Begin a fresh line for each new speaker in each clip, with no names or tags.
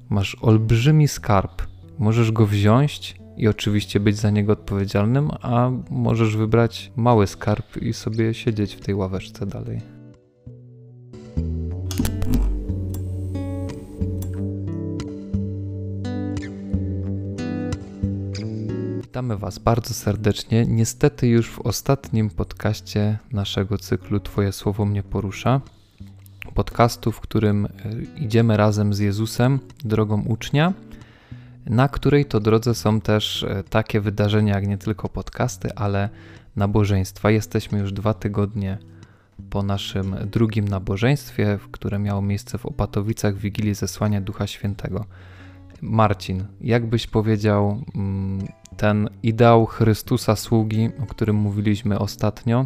Masz olbrzymi skarb. Możesz go wziąć i oczywiście być za niego odpowiedzialnym, a możesz wybrać mały skarb i sobie siedzieć w tej ławeczce dalej. Witamy Was bardzo serdecznie. Niestety już w ostatnim podcaście naszego cyklu Twoje Słowo mnie porusza. Podcastu, w którym idziemy razem z Jezusem drogą ucznia, na której to drodze są też takie wydarzenia jak nie tylko podcasty, ale nabożeństwa. Jesteśmy już 2 tygodnie po naszym drugim nabożeństwie, które miało miejsce w Opatowicach w Wigilii Zesłania Ducha Świętego. Marcin, jak byś powiedział ten ideał Chrystusa sługi, o którym mówiliśmy ostatnio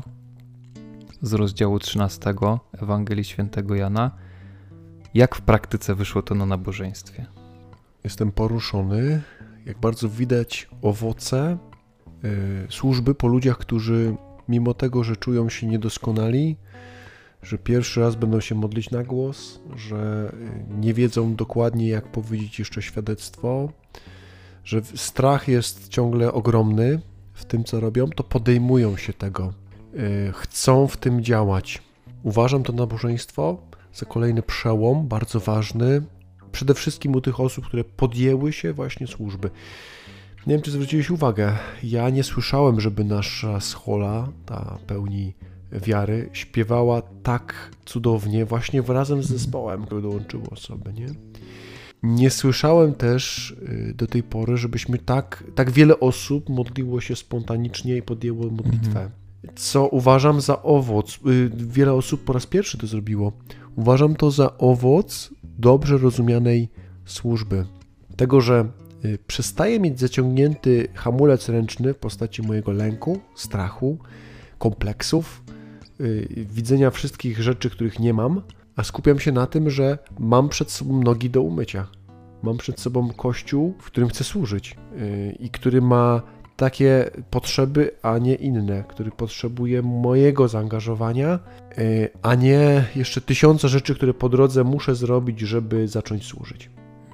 z rozdziału 13 Ewangelii Świętego Jana, jak w praktyce wyszło to na nabożeństwie?
Jestem poruszony, jak bardzo widać owoce służby po ludziach, którzy mimo tego, że czują się niedoskonali, że pierwszy raz będą się modlić na głos, że nie wiedzą dokładnie, jak powiedzieć jeszcze świadectwo, że strach jest ciągle ogromny w tym, co robią, to podejmują się tego, chcą w tym działać. Uważam to nabożeństwo za kolejny przełom, bardzo ważny, przede wszystkim u tych osób, które podjęły się właśnie służby. Nie wiem, czy zwróciłeś uwagę, ja nie słyszałem, żeby nasza schola, ta pełni wiary, śpiewała tak cudownie właśnie razem z zespołem, który dołączyły osoby, nie? Nie słyszałem też do tej pory, żebyśmy tak wiele osób modliło się spontanicznie i podjęło modlitwę. Co uważam za owoc. Wiele osób po raz pierwszy to zrobiło. Uważam to za owoc dobrze rozumianej służby. Tego, że przestaję mieć zaciągnięty hamulec ręczny w postaci mojego lęku, strachu, kompleksów, widzenia wszystkich rzeczy, których nie mam, a skupiam się na tym, że mam przed sobą nogi do umycia. Mam przed sobą Kościół, w którym chcę służyć i który ma takie potrzeby, a nie inne, który potrzebuje mojego zaangażowania, a nie jeszcze 1000 rzeczy, które po drodze muszę zrobić, żeby zacząć służyć.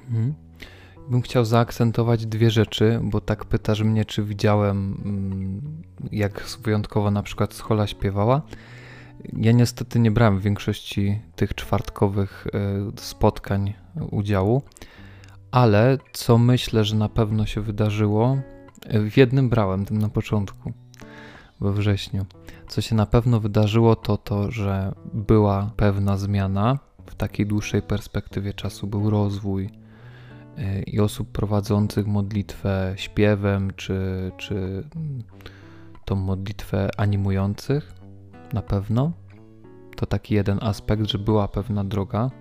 Bym chciał zaakcentować 2 rzeczy, bo tak pytasz mnie, czy widziałem, jak wyjątkowo na przykład schola śpiewała. Ja niestety nie brałem w większości tych czwartkowych spotkań udziału, ale co myślę, że na pewno się wydarzyło, w jednym brałem, tym na początku, we wrześniu. Co się na pewno wydarzyło, to, że była pewna zmiana, w takiej dłuższej perspektywie czasu był rozwój i osób prowadzących modlitwę śpiewem, czy tą modlitwę animujących, na pewno. To taki jeden aspekt, że była pewna droga,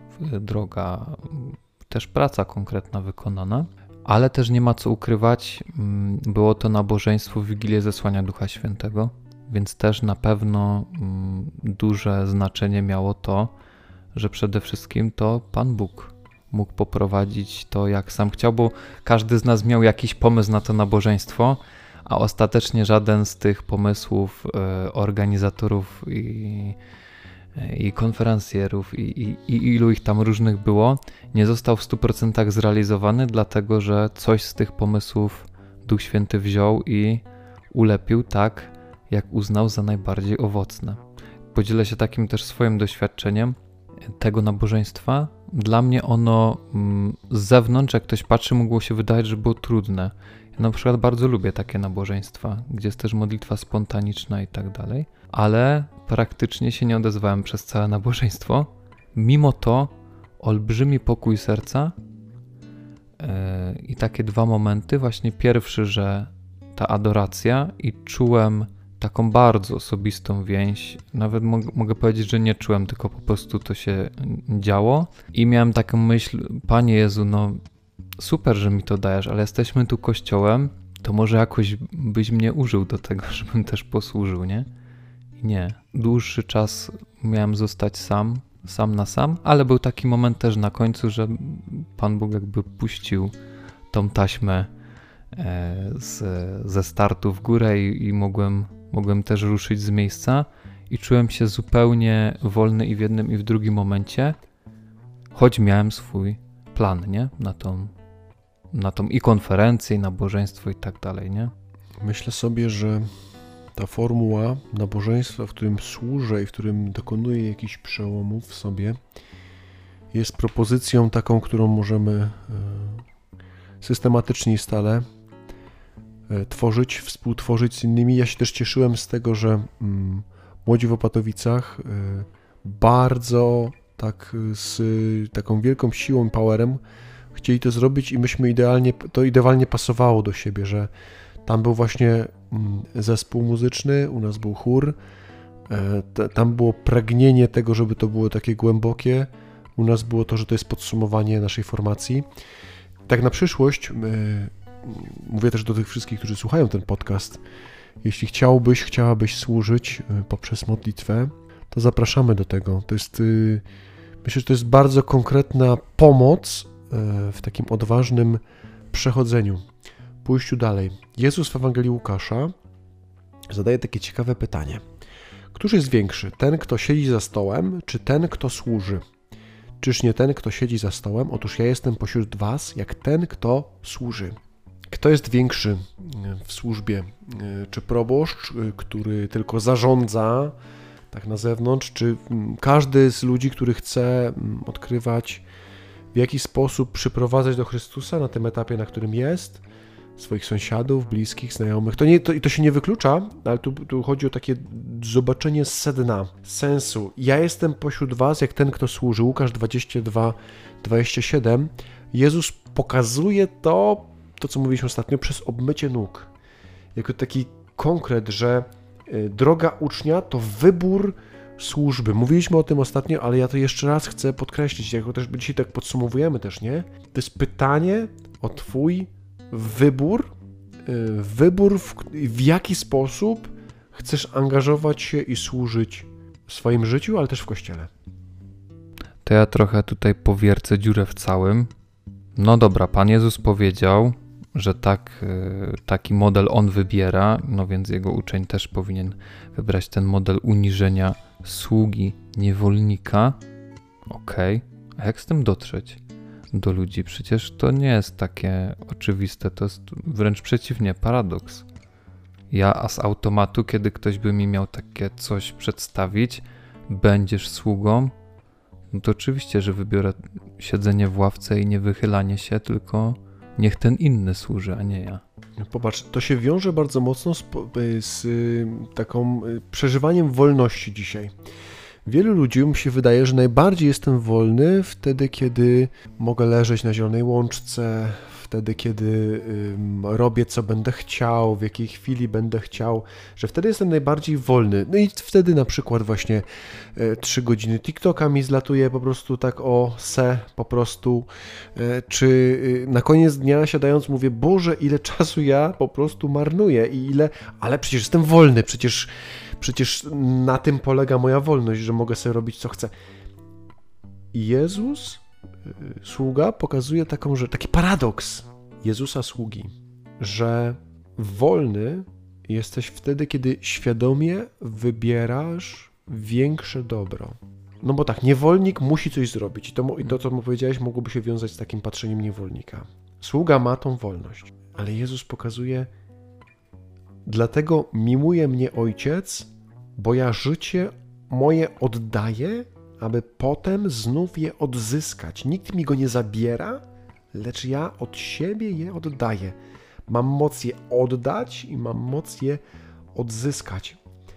też praca konkretna wykonana, ale też nie ma co ukrywać, było to nabożeństwo w Wigilię Zesłania Ducha Świętego, więc też na pewno duże znaczenie miało to, że przede wszystkim to Pan Bóg mógł poprowadzić to, jak sam chciał, bo każdy z nas miał jakiś pomysł na to nabożeństwo, a ostatecznie żaden z tych pomysłów organizatorów i konferencjerów i ilu ich tam różnych było, nie został w 100% zrealizowany, dlatego że coś z tych pomysłów Duch Święty wziął i ulepił tak, jak uznał za najbardziej owocne. Podzielę się takim też swoim doświadczeniem tego nabożeństwa. Dla mnie ono z zewnątrz, jak ktoś patrzy, mogło się wydawać, że było trudne. Ja na przykład bardzo lubię takie nabożeństwa, gdzie jest też modlitwa spontaniczna i tak dalej, ale praktycznie się nie odezwałem przez całe nabożeństwo. Mimo to olbrzymi pokój serca i takie 2 momenty. Właśnie pierwszy, że ta adoracja i czułem taką bardzo osobistą więź. Nawet mogę powiedzieć, że nie czułem, tylko po prostu to się działo. I miałem taką myśl, Panie Jezu, no super, że mi to dajesz, ale jesteśmy tu kościołem, to może jakoś byś mnie użył do tego, żebym też posłużył, nie? I nie. Dłuższy czas miałem zostać sam na sam, ale był taki moment też na końcu, że Pan Bóg jakby puścił tą taśmę ze startu w górę i mogłem też ruszyć z miejsca i czułem się zupełnie wolny i w jednym i w drugim momencie, choć miałem swój plan, nie? Na tą i konferencję, i nabożeństwo i tak dalej, nie?
Myślę sobie, że ta formuła nabożeństwa, w którym służę i w którym dokonuję jakichś przełomów w sobie, jest propozycją taką, którą możemy systematycznie i stale tworzyć, współtworzyć z innymi. Ja się też cieszyłem z tego, że młodzi w Opatowicach bardzo tak z taką wielką siłą i powerem chcieli to zrobić i myśmy idealnie pasowało do siebie, że tam był właśnie zespół muzyczny, u nas był chór, tam było pragnienie tego, żeby to było takie głębokie, u nas było to, że to jest podsumowanie naszej formacji. Tak na przyszłość, mówię też do tych wszystkich, którzy słuchają ten podcast, jeśli chciałabyś służyć poprzez modlitwę, to zapraszamy do tego. To jest, myślę, że to jest bardzo konkretna pomoc w takim odważnym przechodzeniu, pójściu dalej. Jezus w Ewangelii Łukasza zadaje takie ciekawe pytanie. Któż jest większy? Ten, kto siedzi za stołem, czy ten, kto służy? Czyż nie ten, kto siedzi za stołem? Otóż ja jestem pośród was, jak ten, kto służy. Kto jest większy w służbie? Czy proboszcz, który tylko zarządza tak na zewnątrz, czy każdy z ludzi, który chce odkrywać, w jaki sposób przyprowadzać do Chrystusa na tym etapie, na którym jest, swoich sąsiadów, bliskich, znajomych. To się nie wyklucza, ale tu chodzi o takie zobaczenie sedna, sensu. Ja jestem pośród was, jak ten, kto służy. Łukasz 22:27. Jezus pokazuje to, co mówiliśmy ostatnio, przez obmycie nóg. Jako taki konkret, że droga ucznia to wybór służby. Mówiliśmy o tym ostatnio, ale ja to jeszcze raz chcę podkreślić, jako też dzisiaj tak podsumowujemy też, nie? To jest pytanie o twój wybór, w jaki sposób chcesz angażować się i służyć w swoim życiu, ale też w Kościele.
To ja trochę tutaj powiercę dziurę w całym. No dobra, Pan Jezus powiedział, że taki model On wybiera, no więc Jego uczeń też powinien wybrać ten model uniżenia sługi, niewolnika. Okej, a jak z tym dotrzeć do ludzi? Przecież to nie jest takie oczywiste, to jest wręcz przeciwnie, paradoks. Ja z automatu, kiedy ktoś by mi miał takie coś przedstawić, będziesz sługą, no to oczywiście, że wybiorę siedzenie w ławce i nie wychylanie się, tylko niech ten inny służy, a nie ja.
Popatrz, to się wiąże bardzo mocno z taką przeżywaniem wolności dzisiaj. Wielu ludziom się wydaje, że najbardziej jestem wolny wtedy, kiedy mogę leżeć na zielonej łączce, wtedy, kiedy robię, co będę chciał, w jakiej chwili będę chciał, że wtedy jestem najbardziej wolny. No i wtedy na przykład właśnie 3 godziny TikToka mi zlatuje po prostu tak po prostu, czy na koniec dnia siadając mówię, Boże, ile czasu ja po prostu marnuję ale przecież jestem wolny, przecież na tym polega moja wolność, że mogę sobie robić, co chcę. I Jezus, sługa, pokazuje taki paradoks Jezusa sługi, że wolny jesteś wtedy, kiedy świadomie wybierasz większe dobro. No bo tak, niewolnik musi coś zrobić i to, co mu powiedziałeś, mogłoby się wiązać z takim patrzeniem niewolnika. Sługa ma tą wolność, ale Jezus pokazuje, dlatego miłuje mnie Ojciec, bo ja życie moje oddaję, aby potem znów je odzyskać. Nikt mi go nie zabiera, lecz ja od siebie je oddaję. Mam moc je oddać i mam moc je odzyskać.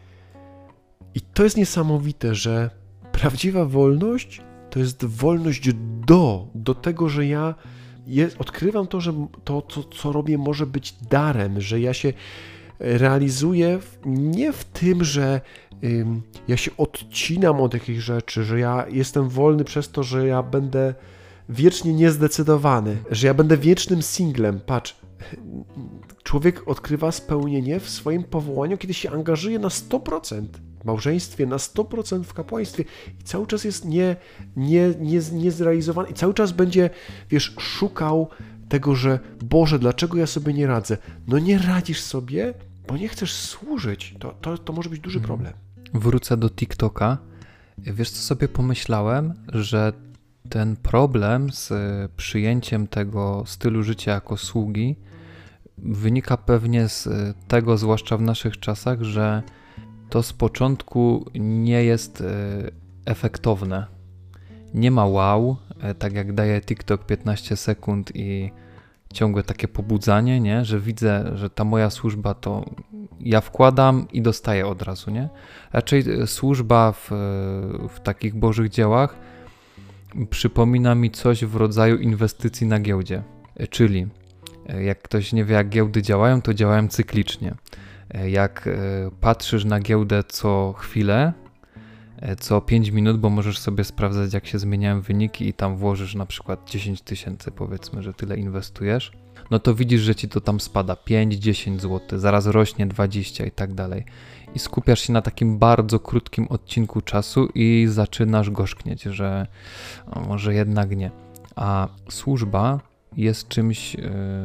I to jest niesamowite, że prawdziwa wolność to jest wolność do tego, że ja odkrywam to, że to, co robię, może być darem, że ja się realizuję nie w tym, że ja się odcinam od jakichś rzeczy, że ja jestem wolny przez to, że ja będę wiecznie niezdecydowany, że ja będę wiecznym singlem. Patrz, człowiek odkrywa spełnienie w swoim powołaniu, kiedy się angażuje na 100% w małżeństwie, na 100% w kapłaństwie i cały czas jest niezrealizowany i cały czas będzie, szukał tego, że Boże, dlaczego ja sobie nie radzę? No nie radzisz sobie, bo nie chcesz służyć. To może być duży problem.
Wrócę do TikToka. Wiesz, co sobie pomyślałem? Że Ten problem z przyjęciem tego stylu życia jako sługi wynika pewnie z tego, zwłaszcza w naszych czasach, że to z początku nie jest efektowne. Nie ma wow, tak jak daje TikTok 15 sekund i ciągłe takie pobudzanie, nie? Że widzę, że ta moja służba to ja wkładam i dostaję od razu, nie? Raczej służba w takich Bożych dziełach przypomina mi coś w rodzaju inwestycji na giełdzie. Czyli jak ktoś nie wie, jak giełdy działają, to działają cyklicznie. Jak patrzysz na giełdę co chwilę, co 5 minut, bo możesz sobie sprawdzać, jak się zmieniają wyniki i tam włożysz na przykład 10 tysięcy, powiedzmy, że tyle inwestujesz, no to widzisz, że ci to tam spada 5-10 zł, zaraz rośnie 20 i tak dalej. I skupiasz się na takim bardzo krótkim odcinku czasu i zaczynasz gorzknieć, że może jednak nie. A służba jest czymś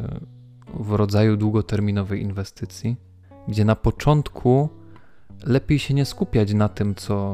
w rodzaju długoterminowej inwestycji, gdzie na początku lepiej się nie skupiać na tym,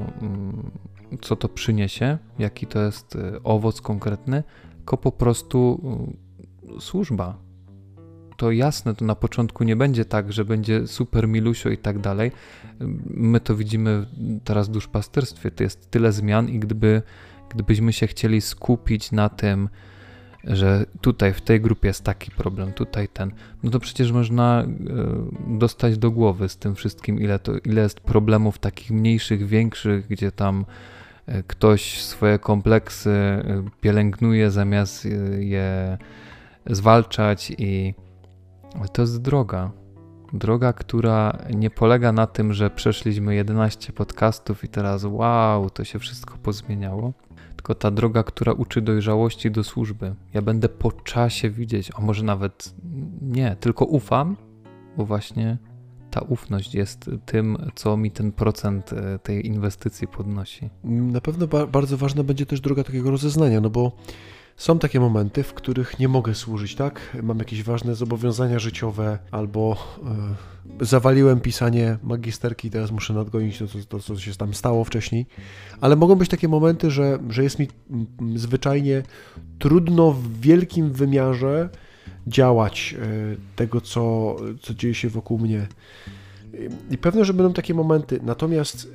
co to przyniesie, jaki to jest owoc konkretny, tylko po prostu służba. To jasne, to na początku nie będzie tak, że będzie super milusio i tak dalej. My to widzimy teraz w duszpasterstwie. To jest tyle zmian i gdybyśmy się chcieli skupić na tym, że tutaj w tej grupie jest taki problem, tutaj ten, no to przecież można dostać do głowy z tym wszystkim, ile jest problemów takich mniejszych, większych, gdzie tam ktoś swoje kompleksy pielęgnuje zamiast je zwalczać i to jest droga, która nie polega na tym, że przeszliśmy 11 podcastów i teraz wow, to się wszystko pozmieniało, tylko ta droga, która uczy dojrzałości do służby. Ja będę po czasie widzieć, a może nawet nie, tylko ufam, bo właśnie ta ufność jest tym, co mi ten procent tej inwestycji podnosi.
Na pewno bardzo ważna będzie też droga takiego rozeznania, no bo są takie momenty, w których nie mogę służyć, tak? Mam jakieś ważne zobowiązania życiowe albo zawaliłem pisanie magisterki i teraz muszę nadgonić to, co się tam stało wcześniej. Ale mogą być takie momenty, że jest mi zwyczajnie trudno w wielkim wymiarze działać tego, co dzieje się wokół mnie. I pewno, że będą takie momenty. Natomiast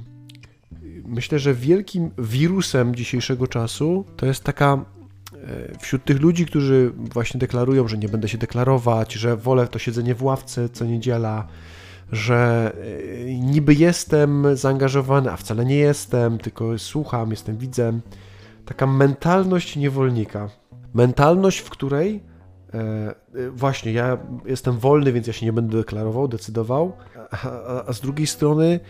myślę, że wielkim wirusem dzisiejszego czasu to jest taka wśród tych ludzi, którzy właśnie deklarują, że nie będę się deklarować, że wolę to siedzenie w ławce co niedziela, że niby jestem zaangażowany, a wcale nie jestem, tylko słucham, jestem widzem. Taka mentalność niewolnika. Mentalność, w której właśnie ja jestem wolny, więc ja się nie będę deklarował, decydował, a z drugiej strony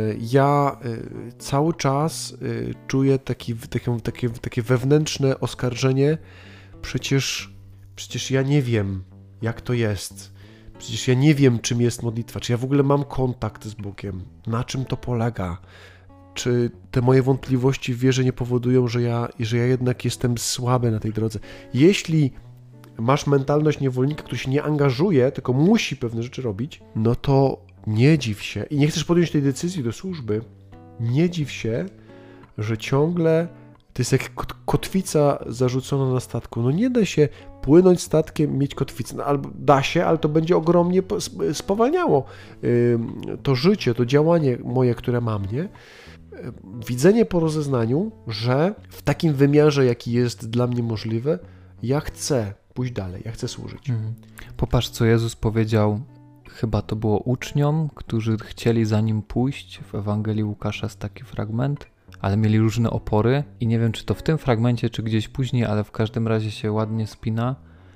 ja cały czas czuję takie wewnętrzne oskarżenie, przecież ja nie wiem, jak to jest, przecież ja nie wiem, czym jest modlitwa, czy ja w ogóle mam kontakt z Bogiem, na czym to polega, czy te moje wątpliwości w wierze nie powodują, że ja jednak jestem słaby na tej drodze. Jeśli masz mentalność niewolnika, który się nie angażuje, tylko musi pewne rzeczy robić, no to nie dziw się i nie chcesz podjąć tej decyzji do służby, nie dziw się, że ciągle to jest jak kotwica zarzucona na statku. No nie da się płynąć statkiem, mieć kotwicę. No, albo da się, ale to będzie ogromnie spowalniało to życie, to działanie moje, które mam, nie? Widzenie po rozeznaniu, że w takim wymiarze, jaki jest dla mnie możliwe, ja chcę pójść dalej, ja chcę służyć.
Popatrz, co Jezus powiedział, chyba to było uczniom, którzy chcieli za Nim pójść. W Ewangelii Łukasza jest taki fragment, ale mieli różne opory i nie wiem, czy to w tym fragmencie, czy gdzieś później, ale w każdym razie się ładnie spina,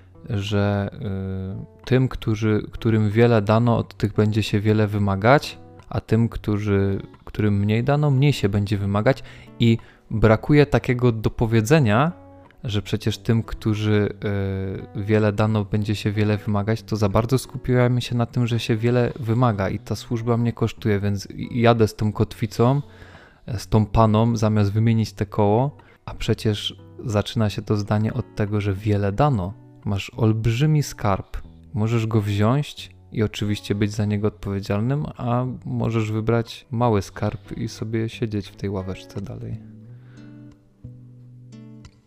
że tym, którym wiele dano, od tych będzie się wiele wymagać, a tym, którym mniej dano, mniej się będzie wymagać i brakuje takiego dopowiedzenia, że przecież tym, którzy wiele dano, będzie się wiele wymagać, to za bardzo skupiamy się na tym, że się wiele wymaga i ta służba mnie kosztuje, więc jadę z tą kotwicą, z tą paną, zamiast wymienić te koło, a przecież zaczyna się to zdanie od tego, że wiele dano. Masz olbrzymi skarb, możesz go wziąć i oczywiście być za niego odpowiedzialnym, a możesz wybrać mały skarb i sobie siedzieć w tej ławeczce dalej.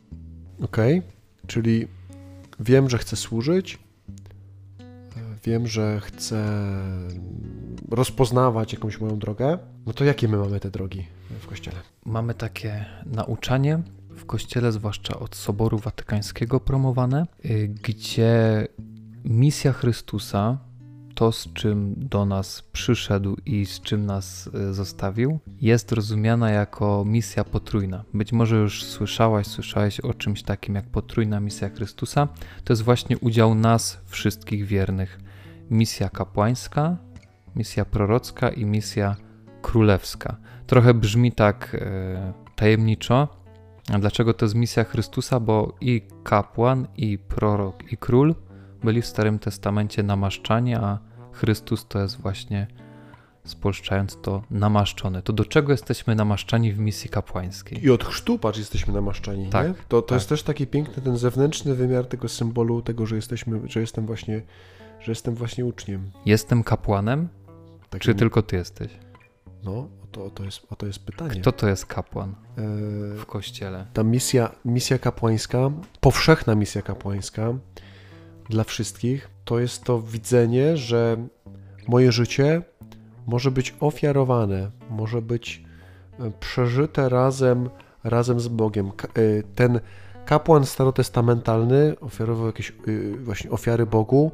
Okej, czyli wiem, że chcę służyć, wiem, że chcę rozpoznawać jakąś moją drogę. No to jakie my mamy te drogi w Kościele?
Mamy takie nauczanie w Kościele, zwłaszcza od Soboru Watykańskiego promowane, gdzie misja Chrystusa, to z czym do nas przyszedł i z czym nas zostawił, jest rozumiana jako misja potrójna. Być może już słyszałeś o czymś takim jak potrójna misja Chrystusa. To jest właśnie udział nas, wszystkich wiernych. Misja kapłańska, misja prorocka i misja królewska. Trochę brzmi tak tajemniczo. A dlaczego to jest misja Chrystusa? Bo i kapłan, i prorok, i król byli w Starym Testamencie namaszczani, a Chrystus to jest właśnie, spolszczając to, namaszczony. To do czego jesteśmy namaszczani w misji kapłańskiej?
I od chrztu, patrz, jesteśmy namaszczani,
tak,
nie? To
tak.
jest też taki piękny ten zewnętrzny wymiar tego symbolu, tego, że jestem właśnie uczniem.
Jestem kapłanem,
Takim,
czy tylko ty jesteś?
No, to jest pytanie.
Kto to jest kapłan w Kościele?
Ta misja kapłańska, powszechna misja kapłańska dla wszystkich, to jest to widzenie, że moje życie może być ofiarowane, może być przeżyte razem z Bogiem. Ten kapłan starotestamentalny ofiarował jakieś właśnie ofiary Bogu,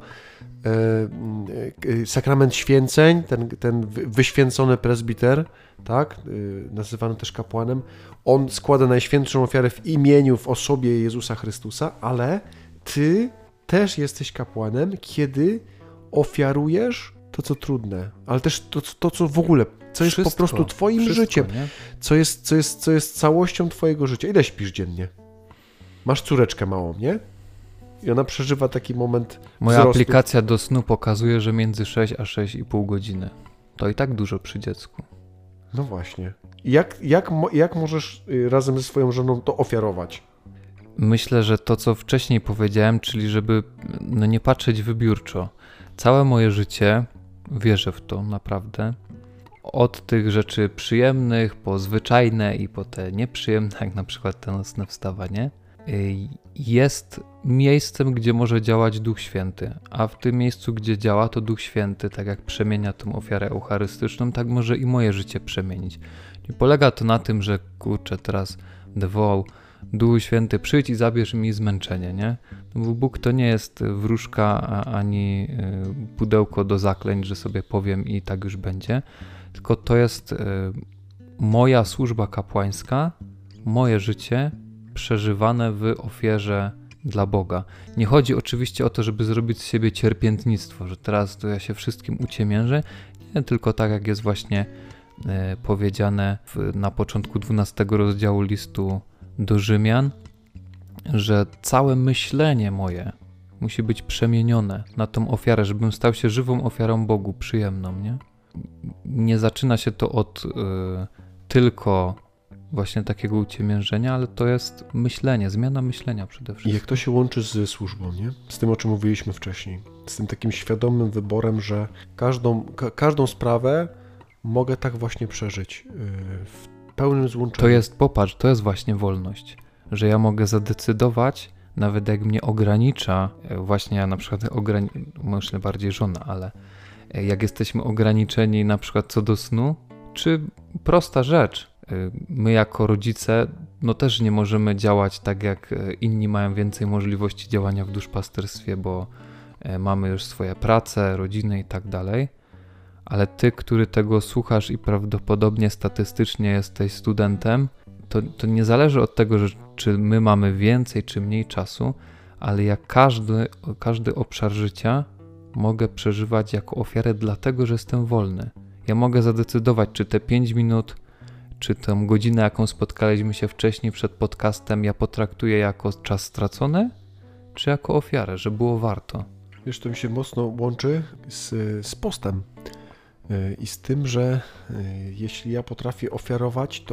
sakrament święceń, ten wyświęcony prezbiter, tak, nazywany też kapłanem, on składa najświętszą ofiarę w imieniu, w osobie Jezusa Chrystusa, ale ty też jesteś kapłanem, kiedy ofiarujesz to, co trudne, ale też to co w ogóle, co jest po prostu twoim życiem,
nie?
co jest całością twojego życia. Ile śpisz dziennie? Masz córeczkę małą, nie? I ona przeżywa taki moment
Moja
wzrostu.
aplikacja do snu pokazuje, że między 6 a 6,5 godziny. To i tak dużo przy dziecku.
No właśnie. Jak możesz razem ze swoją żoną to ofiarować?
Myślę, że to, co wcześniej powiedziałem, czyli żeby nie patrzeć wybiórczo. Całe moje życie, wierzę w to naprawdę, od tych rzeczy przyjemnych, po zwyczajne i po te nieprzyjemne, jak na przykład te nocne wstawanie, jest miejscem, gdzie może działać Duch Święty, a w tym miejscu, gdzie działa, to Duch Święty, tak jak przemienia tą ofiarę eucharystyczną, tak może i moje życie przemienić. Nie polega to na tym, że kurczę, teraz będę wołał: Duchu Święty, przyjdź i zabierz mi zmęczenie, nie? No bo Bóg to nie jest wróżka ani pudełko do zaklęć, że sobie powiem i tak już będzie, tylko to jest moja służba kapłańska, moje życie przeżywane w ofierze dla Boga. Nie chodzi oczywiście o to, żeby zrobić z siebie cierpiętnictwo, że teraz to ja się wszystkim uciemiężę, nie, tylko tak jak jest właśnie powiedziane na początku 12 rozdziału listu do Rzymian, że całe myślenie moje musi być przemienione na tą ofiarę, żebym stał się żywą ofiarą Bogu, przyjemną, nie? Nie zaczyna się to od tylko właśnie takiego uciemiężenia, ale to jest myślenie, zmiana myślenia przede wszystkim.
I jak to się łączy z służbą, nie? Z tym, o czym mówiliśmy wcześniej. Z tym takim świadomym wyborem, że każdą sprawę mogę tak właśnie przeżyć w pełnym złączeniu.
To jest, popatrz, to jest właśnie wolność, że ja mogę zadecydować, nawet jak mnie ogranicza, właśnie ja na przykład myślę bardziej żona, ale jak jesteśmy ograniczeni na przykład co do snu, czy prosta rzecz, my jako rodzice no też nie możemy działać tak jak inni mają więcej możliwości działania w duszpasterstwie, bo mamy już swoje prace, rodziny i tak dalej, ale ty, który tego słuchasz i prawdopodobnie statystycznie jesteś studentem, to nie zależy od tego, że czy my mamy więcej czy mniej czasu, ale jak każdy obszar życia mogę przeżywać jako ofiarę dlatego, że jestem wolny. Ja mogę zadecydować, czy te 5 minut, czy tę godzinę, jaką spotkaliśmy się wcześniej przed podcastem, ja potraktuję jako czas stracony, czy jako ofiarę, że było warto.
Wiesz, to mi się mocno łączy z postem i z tym, że jeśli ja potrafię ofiarować,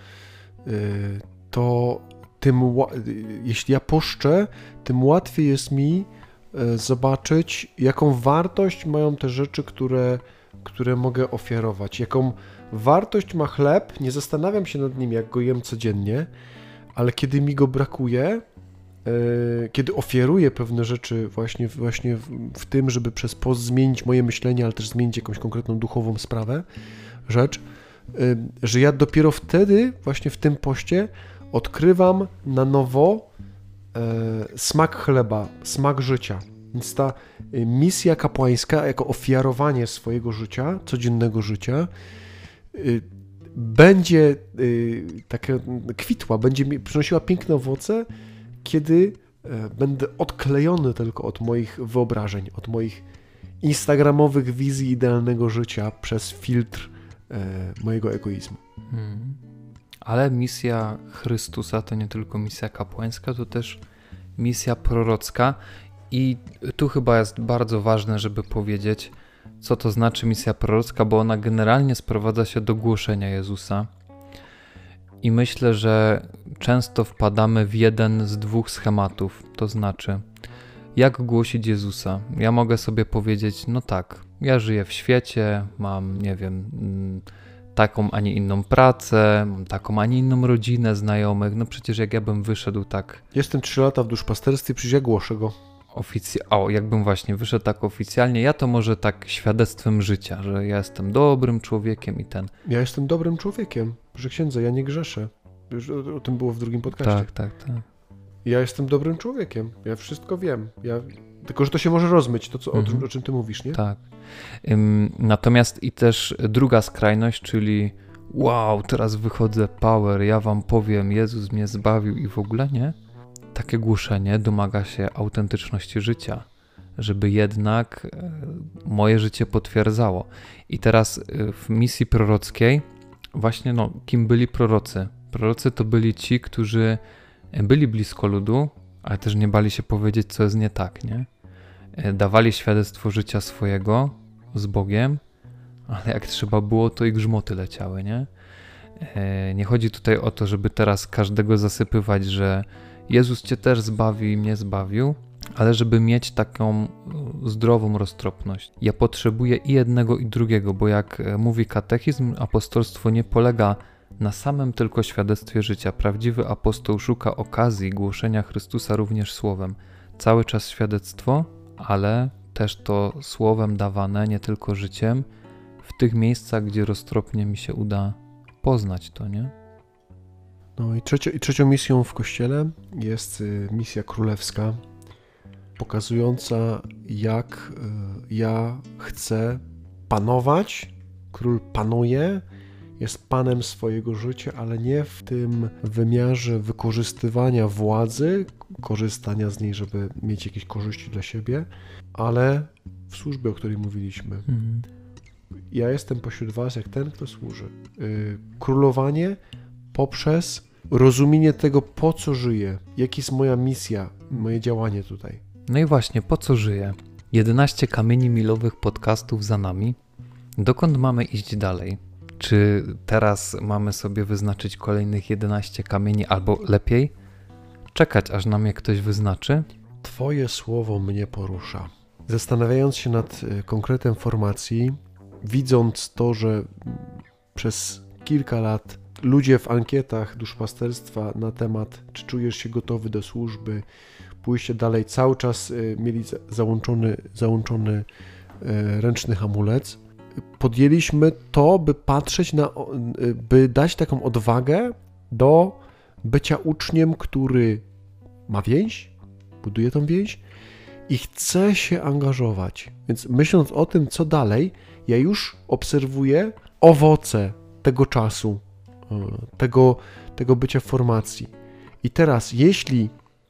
to jeśli ja poszczę, tym łatwiej jest mi zobaczyć, jaką wartość mają te rzeczy, które mogę ofiarować. Jaką wartość ma chleb, nie zastanawiam się nad nim, jak go jem codziennie, ale kiedy mi go brakuje, kiedy ofiaruję pewne rzeczy właśnie w tym, żeby przez post zmienić moje myślenie, ale też zmienić jakąś konkretną duchową rzecz, że ja dopiero wtedy właśnie w tym poście odkrywam na nowo smak chleba, smak życia. Więc ta misja kapłańska jako ofiarowanie swojego życia, codziennego życia, będzie taka kwitła, będzie mi przynosiła piękne owoce, kiedy będę odklejony tylko od moich wyobrażeń, od moich instagramowych wizji idealnego życia przez filtr mojego egoizmu.
Ale misja Chrystusa to nie tylko misja kapłańska, to też misja prorocka i tu chyba jest bardzo ważne, żeby powiedzieć, co to znaczy misja prorocka, bo ona generalnie sprowadza się do głoszenia Jezusa. I myślę, że często wpadamy w jeden z dwóch schematów, to znaczy, jak głosić Jezusa? Ja mogę sobie powiedzieć, no tak, ja żyję w świecie, mam, nie wiem, taką, a nie inną pracę, mam taką, a nie inną rodzinę, znajomych, no przecież jak ja bym wyszedł tak...
Jestem 3 lata w duszpasterstwie, przecież ja głoszę go.
Jakbym właśnie wyszedł tak oficjalnie, ja to może tak świadectwem życia, że ja jestem dobrym człowiekiem i ten...
Ja jestem dobrym człowiekiem, proszę księdza, ja nie grzeszę. Już o tym było w drugim podcaście.
Tak.
Ja jestem dobrym człowiekiem, ja wszystko wiem. Tylko, że to się może rozmyć, to co, o czym ty mówisz, nie?
Tak. Natomiast i też druga skrajność, czyli wow, teraz wychodzę, power, ja wam powiem, Jezus mnie zbawił i w ogóle nie. Takie głoszenie domaga się autentyczności życia, żeby jednak moje życie potwierdzało. I teraz w misji prorockiej właśnie, kim byli prorocy? Prorocy to byli ci, którzy byli blisko ludu, ale też nie bali się powiedzieć, co jest nie tak, nie? Dawali świadectwo życia swojego z Bogiem, ale jak trzeba było, to i grzmoty leciały, nie? Nie chodzi tutaj o to, żeby teraz każdego zasypywać, że Jezus cię też zbawił i mnie zbawił, ale żeby mieć taką zdrową roztropność. Ja potrzebuję i jednego, i drugiego, bo jak mówi katechizm, apostolstwo nie polega na samym tylko świadectwie życia. Prawdziwy apostoł szuka okazji głoszenia Chrystusa również słowem. Cały czas świadectwo, ale też to słowem dawane, nie tylko życiem, w tych miejscach, gdzie roztropnie mi się uda poznać to, nie?
No i trzecią misją w Kościele jest misja królewska, pokazująca, jak ja chcę panować. Król panuje, jest panem swojego życia, ale nie w tym wymiarze wykorzystywania władzy, korzystania z niej, żeby mieć jakieś korzyści dla siebie, ale w służbie, o której mówiliśmy. Ja jestem pośród was jak ten, kto służy. Królowanie poprzez rozumienie tego, po co żyję, jaka jest moja misja, moje działanie tutaj.
No i właśnie, po co żyję? 11 kamieni milowych podcastów za nami. Dokąd mamy iść dalej? Czy teraz mamy sobie wyznaczyć kolejnych 11 kamieni, albo lepiej czekać, aż nam je ktoś wyznaczy?
Twoje słowo mnie porusza. Zastanawiając się nad konkretem formacji, widząc to, że przez kilka lat ludzie w ankietach duszpasterstwa na temat, czy czujesz się gotowy do służby, pójście dalej, cały czas mieli załączony ręczny hamulec, podjęliśmy to, by patrzeć by dać taką odwagę do bycia uczniem, który ma więź, buduje tą więź i chce się angażować. Więc myśląc o tym, co dalej, ja już obserwuję owoce tego czasu, tego bycia w formacji. I teraz, jeśli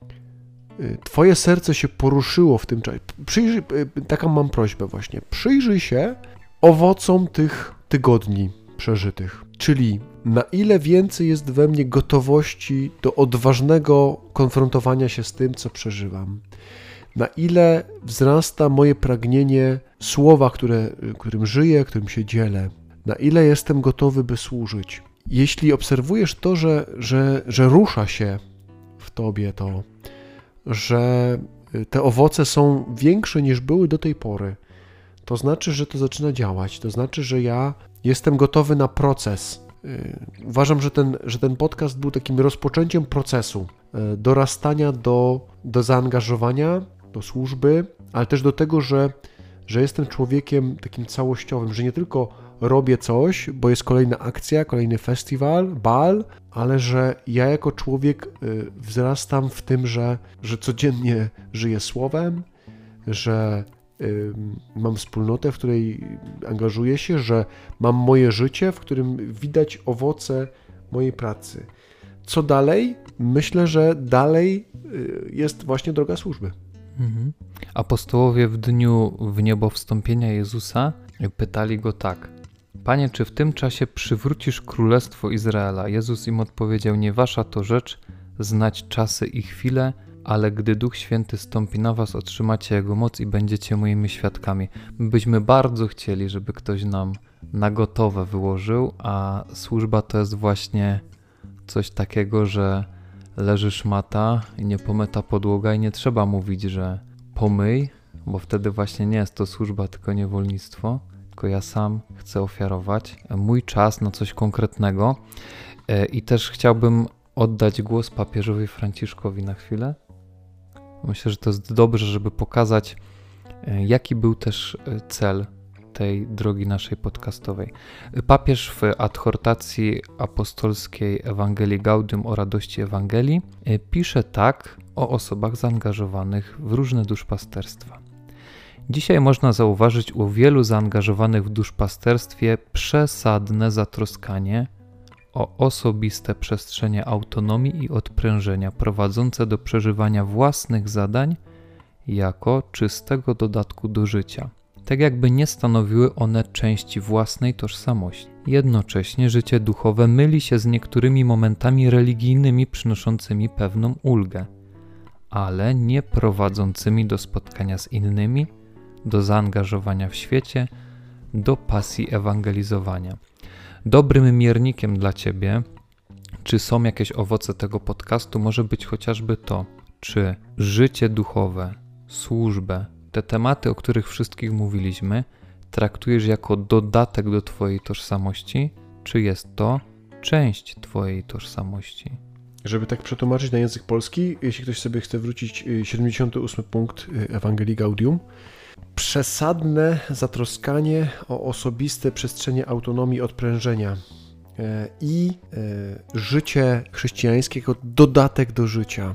twoje serce się poruszyło w tym czasie, taką mam prośbę właśnie, przyjrzyj się owocom tych tygodni przeżytych, czyli na ile więcej jest we mnie gotowości do odważnego konfrontowania się z tym, co przeżywam, na ile wzrasta moje pragnienie słowa, którym żyję, którym się dzielę, na ile jestem gotowy, by służyć. Jeśli obserwujesz to, że rusza się w tobie to, że te owoce są większe niż były do tej pory, to znaczy, że to zaczyna działać. To znaczy, że ja jestem gotowy na proces Uważam, że ten podcast był takim rozpoczęciem procesu dorastania do zaangażowania, do służby, ale też do tego, że jestem człowiekiem takim całościowym, że nie tylko robię coś, bo jest kolejna akcja, kolejny festiwal, bal, ale że ja jako człowiek wzrastam w tym, że codziennie żyję słowem, że mam wspólnotę, w której angażuję się, że mam moje życie, w którym widać owoce mojej pracy. Co dalej? Myślę, że dalej jest właśnie droga służby.
Apostołowie w dniu wniebowstąpienia Jezusa pytali go tak: Panie, czy w tym czasie przywrócisz królestwo Izraela? Jezus im odpowiedział: nie wasza to rzecz znać czasy i chwile, ale gdy Duch Święty stąpi na was, otrzymacie Jego moc i będziecie moimi świadkami. My byśmy bardzo chcieli, żeby ktoś nam na gotowe wyłożył, a służba to jest właśnie coś takiego, że leży szmata i niepomyta podłoga i nie trzeba mówić, że pomyj, bo wtedy właśnie nie jest to służba, tylko niewolnictwo, tylko ja sam chcę ofiarować mój czas na coś konkretnego. I też chciałbym oddać głos papieżowi Franciszkowi na chwilę. Myślę, że to jest dobrze, żeby pokazać, jaki był też cel tej drogi naszej podcastowej. Papież w adhortacji apostolskiej Ewangelii Gaudium o radości Ewangelii pisze tak o osobach zaangażowanych w różne duszpasterstwa. Dzisiaj można zauważyć u wielu zaangażowanych w duszpasterstwie przesadne zatroskanie o osobiste przestrzenie autonomii i odprężenia prowadzące do przeżywania własnych zadań jako czystego dodatku do życia, tak jakby nie stanowiły one części własnej tożsamości. Jednocześnie życie duchowe myli się z niektórymi momentami religijnymi przynoszącymi pewną ulgę, ale nie prowadzącymi do spotkania z innymi, do zaangażowania w świecie, do pasji ewangelizowania. Dobrym miernikiem dla Ciebie, czy są jakieś owoce tego podcastu, może być chociażby to, czy życie duchowe, służbę, te tematy, o których wszystkich mówiliśmy, traktujesz jako dodatek do Twojej tożsamości, czy jest to część Twojej tożsamości?
Żeby tak przetłumaczyć na język polski, jeśli ktoś sobie chce wrócić 78 punkt Ewangelii Gaudium, przesadne zatroskanie o osobiste przestrzenie autonomii odprężenia i życie chrześcijańskie jako dodatek do życia.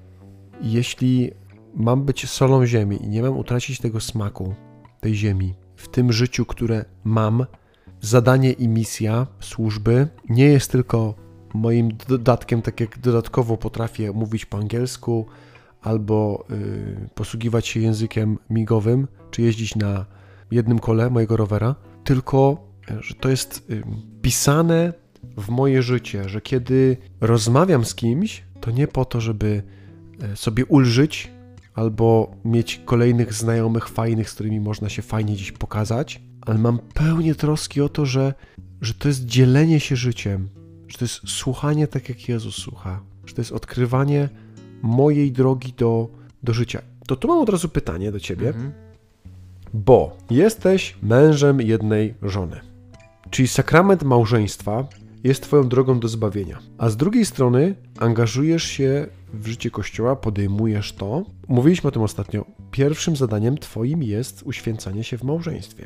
Jeśli mam być solą ziemi i nie mam utracić tego smaku, tej ziemi, w tym życiu, które mam, zadanie i misja służby nie jest tylko moim dodatkiem, tak jak dodatkowo potrafię mówić po angielsku albo posługiwać się językiem migowym, czy jeździć na jednym kole mojego rowera, tylko że to jest pisane w moje życie, że kiedy rozmawiam z kimś, to nie po to, żeby sobie ulżyć albo mieć kolejnych znajomych fajnych, z którymi można się fajnie dziś pokazać, ale mam pełnię troski o to, że to jest dzielenie się życiem, że to jest słuchanie tak, jak Jezus słucha, że to jest odkrywanie mojej drogi do życia. To tu mam od razu pytanie do Ciebie, bo jesteś mężem jednej żony, czyli sakrament małżeństwa jest Twoją drogą do zbawienia, a z drugiej strony angażujesz się w życie Kościoła, podejmujesz to. Mówiliśmy o tym ostatnio. Pierwszym zadaniem Twoim jest uświęcanie się w małżeństwie.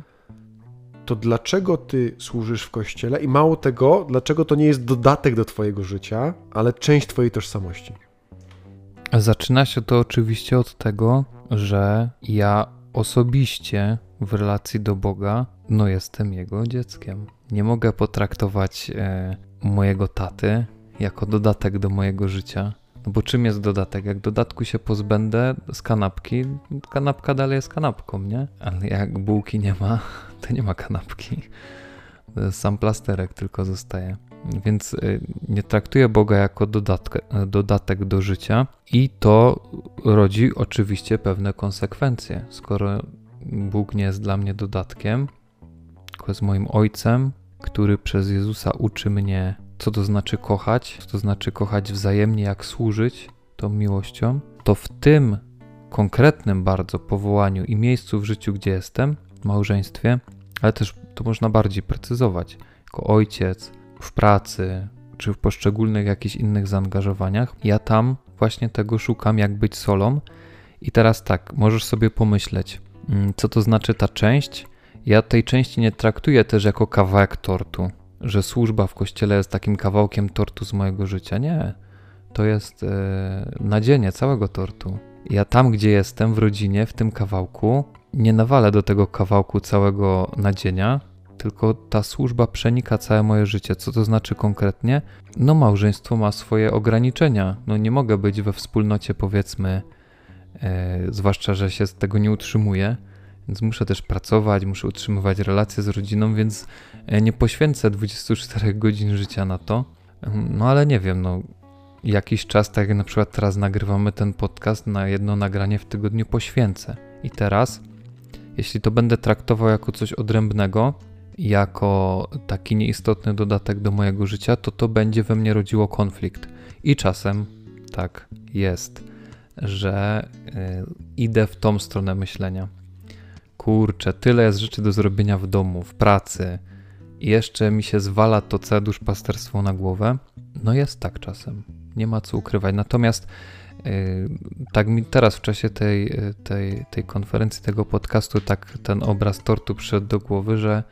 To dlaczego Ty służysz w Kościele i mało tego, dlaczego to nie jest dodatek do Twojego życia, ale część Twojej tożsamości?
Zaczyna się to oczywiście od tego, że ja osobiście w relacji do Boga, jestem Jego dzieckiem. Nie mogę potraktować mojego taty jako dodatek do mojego życia. No bo czym jest dodatek? Jak dodatku się pozbędę z kanapki, kanapka dalej jest kanapką, nie? Ale jak bułki nie ma, to nie ma kanapki. Sam plasterek tylko zostaje. Więc nie traktuję Boga jako dodatek do życia i to rodzi oczywiście pewne konsekwencje. Skoro Bóg nie jest dla mnie dodatkiem, tylko jest moim Ojcem, który przez Jezusa uczy mnie, co to znaczy kochać wzajemnie, jak służyć tą miłością, to w tym konkretnym bardzo powołaniu i miejscu w życiu, gdzie jestem, w małżeństwie, ale też to można bardziej precyzować, jako ojciec, w pracy, czy w poszczególnych jakichś innych zaangażowaniach, ja tam właśnie tego szukam, jak być solą. I teraz tak, możesz sobie pomyśleć, co to znaczy ta część. Ja tej części nie traktuję też jako kawałek tortu, że służba w kościele jest takim kawałkiem tortu z mojego życia. Nie, to jest nadzienie całego tortu. Ja tam, gdzie jestem, w rodzinie, w tym kawałku, nie nawalę do tego kawałku całego nadzienia, tylko ta służba przenika całe moje życie. Co to znaczy konkretnie? No małżeństwo ma swoje ograniczenia. No nie mogę być we wspólnocie, powiedzmy, zwłaszcza, że się z tego nie utrzymuję, więc muszę też pracować, muszę utrzymywać relacje z rodziną, więc nie poświęcę 24 godzin życia na to. No ale nie wiem, no jakiś czas, tak jak na przykład teraz nagrywamy ten podcast, na jedno nagranie w tygodniu poświęcę. I teraz, jeśli to będę traktował jako coś odrębnego, jako taki nieistotny dodatek do mojego życia, to będzie we mnie rodziło konflikt. I czasem tak jest, że idę w tą stronę myślenia. Kurczę, tyle jest rzeczy do zrobienia w domu, w pracy i jeszcze mi się zwala to całe duszpasterstwo na głowę. No jest tak czasem, nie ma co ukrywać. Natomiast tak mi teraz w czasie tej konferencji, tego podcastu, tak ten obraz tortu przyszedł do głowy, że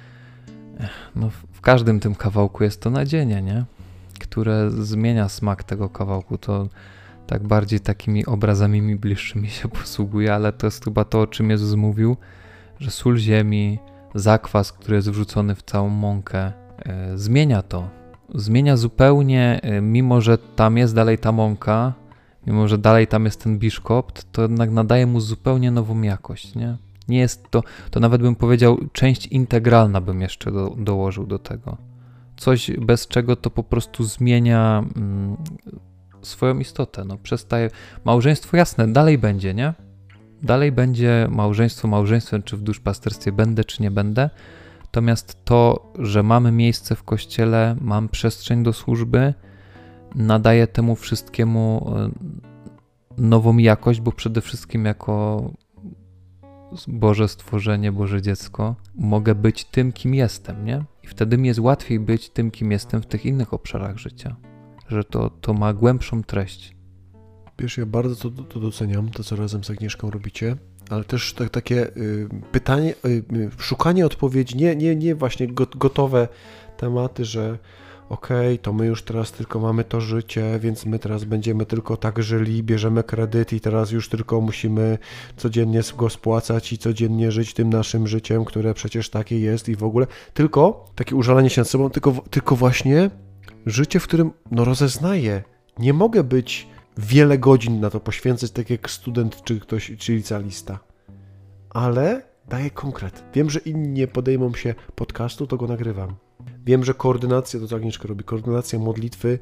no w każdym tym kawałku jest to nadzienie, nie? Które zmienia smak tego kawałku. To tak bardziej takimi obrazami mi bliższymi się posługuje, ale to jest chyba to, o czym Jezus mówił, że sól ziemi, zakwas, który jest wrzucony w całą mąkę, zmienia to. Zmienia zupełnie, mimo że tam jest dalej ta mąka, mimo że dalej tam jest ten biszkopt, to jednak nadaje mu zupełnie nową jakość, nie? Nie jest to nawet bym powiedział, część integralna bym jeszcze dołożył do tego. Coś, bez czego to po prostu zmienia swoją istotę. No, przestaje. Małżeństwo jasne, dalej będzie, nie? Dalej będzie małżeństwem, czy w duszpasterstwie będę, czy nie będę. Natomiast to, że mamy miejsce w kościele, mam przestrzeń do służby, nadaje temu wszystkiemu nową jakość, bo przede wszystkim jako Boże stworzenie, Boże dziecko, mogę być tym, kim jestem, nie? I wtedy mi jest łatwiej być tym, kim jestem w tych innych obszarach życia. Że to ma głębszą treść.
Wiesz, ja bardzo to doceniam, to co razem z Agnieszką robicie, ale też takie pytanie, szukanie odpowiedzi, nie właśnie gotowe tematy, że okej, to my już teraz tylko mamy to życie, więc my teraz będziemy tylko tak żyli, bierzemy kredyt i teraz już tylko musimy codziennie go spłacać i codziennie żyć tym naszym życiem, które przecież takie jest i w ogóle. Tylko takie użalanie się nad sobą, tylko właśnie życie, w którym rozeznaję. Nie mogę być wiele godzin na to poświęcać, tak jak student czy ktoś, czy licealista. Ale daję konkret. Wiem, że inni nie podejmą się podcastu, to go nagrywam. Wiem, że koordynacja, to co Agnieszka robi, koordynacja modlitwy,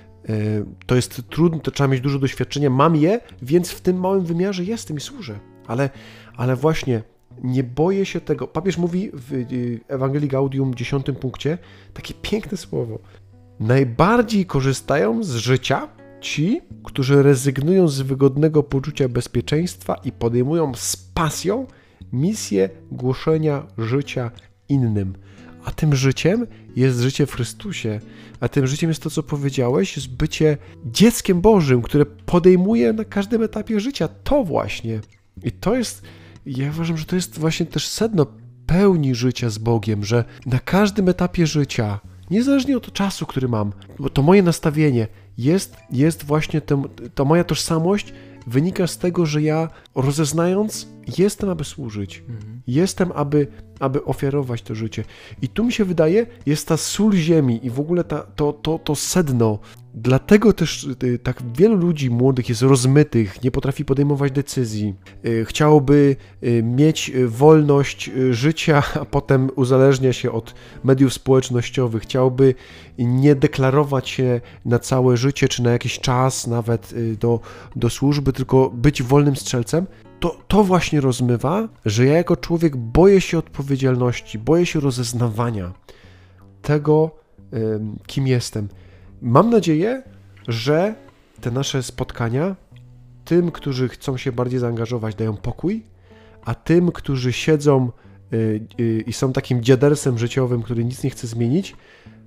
to jest trudne, to trzeba mieć dużo doświadczenia. Mam je, więc w tym małym wymiarze jestem i służę. Ale właśnie nie boję się tego. Papież mówi w Ewangelii Gaudium 10 punkcie takie piękne słowo. Najbardziej korzystają z życia ci, którzy rezygnują z wygodnego poczucia bezpieczeństwa i podejmują z pasją misję głoszenia życia innym. A tym życiem jest życie w Chrystusie. A tym życiem jest to, co powiedziałeś, jest bycie dzieckiem Bożym, które podejmuje na każdym etapie życia. To właśnie. I to jest, ja uważam, że to jest właśnie też sedno pełni życia z Bogiem, że na każdym etapie życia, niezależnie od czasu, który mam, bo to moje nastawienie jest właśnie, to moja tożsamość wynika z tego, że ja rozeznając, jestem, aby służyć. Jestem, aby ofiarować to życie. I tu mi się wydaje, jest ta sól ziemi i w ogóle to sedno. Dlatego też tak wielu ludzi młodych jest rozmytych, nie potrafi podejmować decyzji. Chciałoby mieć wolność życia, a potem uzależnia się od mediów społecznościowych. Chciałoby nie deklarować się na całe życie, czy na jakiś czas nawet do służby, tylko być wolnym strzelcem. To właśnie rozmywa, że ja jako człowiek boję się odpowiedzialności, boję się rozeznawania tego, kim jestem. Mam nadzieję, że te nasze spotkania tym, którzy chcą się bardziej zaangażować, dają pokój, a tym, którzy siedzą i są takim dziadersem życiowym, który nic nie chce zmienić,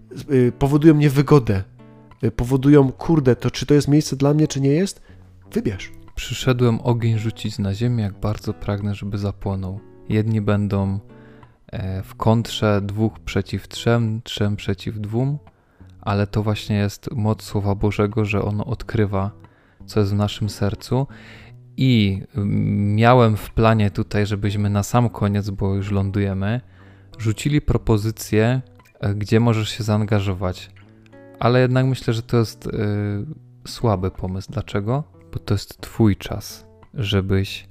powodują niewygodę, powodują, kurde, to czy to jest miejsce dla mnie, czy nie jest? Wybierz.
Przyszedłem ogień rzucić na ziemię, jak bardzo pragnę, żeby zapłonął. Jedni będą w kontrze 2 przeciw 3, 3 przeciw 2, ale to właśnie jest moc Słowa Bożego, że ono odkrywa, co jest w naszym sercu. I miałem w planie tutaj, żebyśmy na sam koniec, bo już lądujemy, rzucili propozycję, gdzie możesz się zaangażować. Ale jednak myślę, że to jest słaby pomysł. Dlaczego? Bo to jest twój czas, żebyś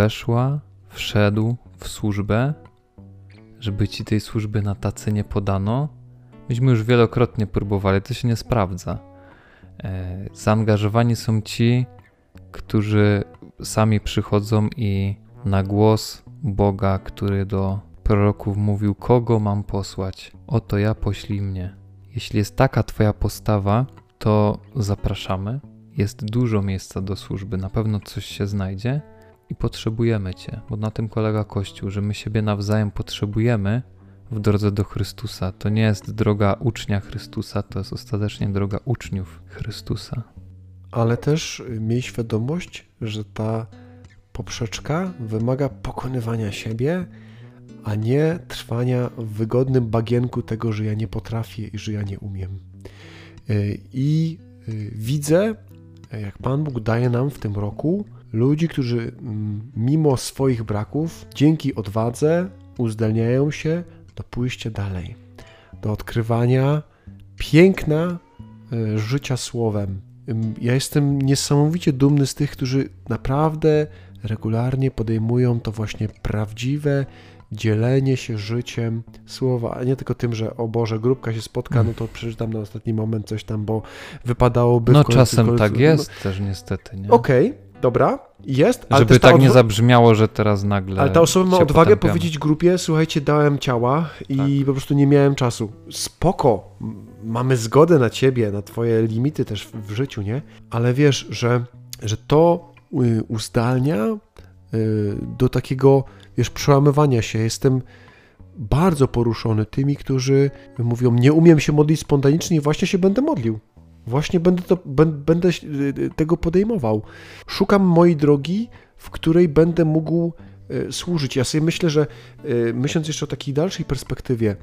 wszedł w służbę, żeby ci tej służby na tacy nie podano. Myśmy już wielokrotnie próbowali, to się nie sprawdza. Zaangażowani są ci, którzy sami przychodzą i na głos Boga, który do proroków mówił, kogo mam posłać? Oto ja, poślij mnie. Jeśli jest taka twoja postawa, to zapraszamy. Jest dużo miejsca do służby, na pewno coś się znajdzie i potrzebujemy cię, bo na tym polega Kościół, że my siebie nawzajem potrzebujemy w drodze do Chrystusa. To nie jest droga ucznia Chrystusa, to jest ostatecznie droga uczniów Chrystusa.
Ale też miej świadomość, że ta poprzeczka wymaga pokonywania siebie, a nie trwania w wygodnym bagienku tego, że ja nie potrafię i że ja nie umiem. I widzę, jak Pan Bóg daje nam w tym roku ludzi, którzy mimo swoich braków, dzięki odwadze uzdalniają się do pójścia dalej, do odkrywania piękna życia Słowem. Ja jestem niesamowicie dumny z tych, którzy naprawdę regularnie podejmują to właśnie prawdziwe dzielenie się życiem Słowa, a nie tylko tym, że o Boże, grupka się spotka, no to przeczytam na ostatni moment coś tam, bo wypadałoby
No
w końcu,
czasem tak jest też niestety, nie?
Okej, dobra, jest. Ale
żeby tak nie zabrzmiało, że teraz nagle
ale ta osoba ma odwagę
potępiamy.
powiedzieć grupie, słuchajcie, dałem ciała i po prostu nie miałem czasu. Spoko, mamy zgodę na ciebie, na twoje limity też w życiu, nie? Ale wiesz, że to uzdalnia do takiego, wiesz, przełamywania się. Jestem bardzo poruszony tymi, którzy mówią, nie umiem się modlić spontanicznie i właśnie się będę modlił. Właśnie będę tego podejmował. Szukam mojej drogi, w której będę mógł służyć. Ja sobie myślę, że myśląc jeszcze o takiej dalszej perspektywie,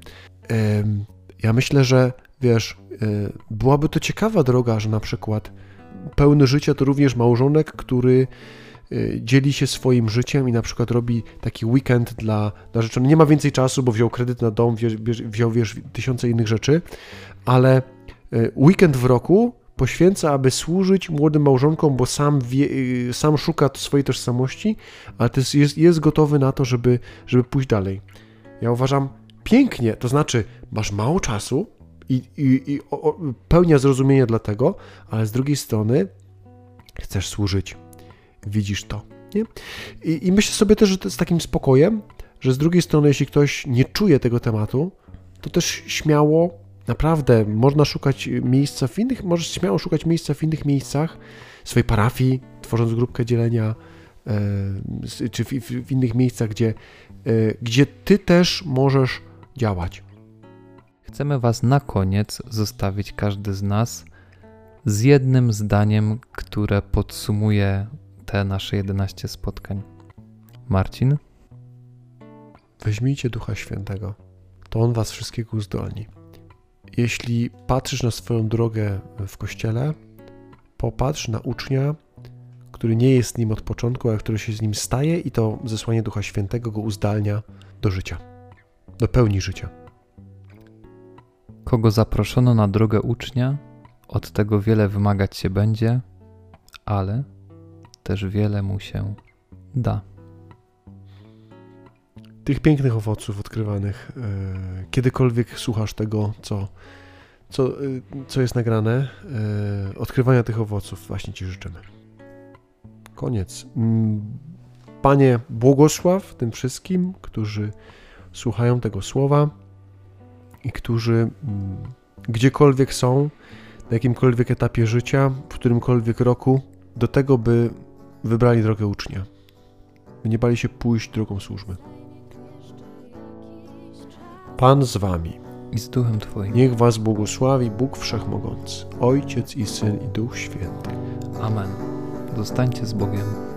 ja myślę, że wiesz, byłaby to ciekawa droga, że na przykład pełny życia to również małżonek, który dzieli się swoim życiem i na przykład robi taki weekend dla narzeczonej. Nie ma więcej czasu, bo wziął kredyt na dom, wziął tysiące innych rzeczy, ale weekend w roku poświęca, aby służyć młodym małżonkom, bo sam szuka swojej tożsamości, ale też jest gotowy na to, żeby pójść dalej. Ja uważam pięknie, to znaczy masz mało czasu i pełnia zrozumienia dla tego, ale z drugiej strony chcesz służyć. Widzisz to, nie? I myślę sobie też, że to z takim spokojem, że z drugiej strony, jeśli ktoś nie czuje tego tematu, to też śmiało, naprawdę, można szukać miejsca możesz śmiało szukać miejsca w innych miejscach, swojej parafii, tworząc grupkę dzielenia, czy w innych miejscach, gdzie ty też możesz działać.
Chcemy was na koniec zostawić, każdy z nas, z jednym zdaniem, które podsumuje te nasze 11 spotkań. Marcin?
Weźmijcie Ducha Świętego, to On was wszystkiego uzdolni. Jeśli patrzysz na swoją drogę w Kościele, popatrz na ucznia, który nie jest nim od początku, ale który się z nim staje i to zesłanie Ducha Świętego go uzdalnia do życia, do pełni życia.
Kogo zaproszono na drogę ucznia, od tego wiele wymagać się będzie, ale też wiele mu się da.
Tych pięknych owoców odkrywanych, kiedykolwiek słuchasz tego, co jest nagrane, odkrywania tych owoców właśnie Ci życzymy. Koniec. Panie, błogosław tym wszystkim, którzy słuchają tego słowa i którzy gdziekolwiek są, na jakimkolwiek etapie życia, w którymkolwiek roku, do tego, by wybrali drogę ucznia, by nie bali się pójść drogą służby. Pan z wami.
i z duchem Twoim.
Niech was błogosławi Bóg Wszechmogący, Ojciec i Syn i Duch Święty.
Amen. Zostańcie z Bogiem.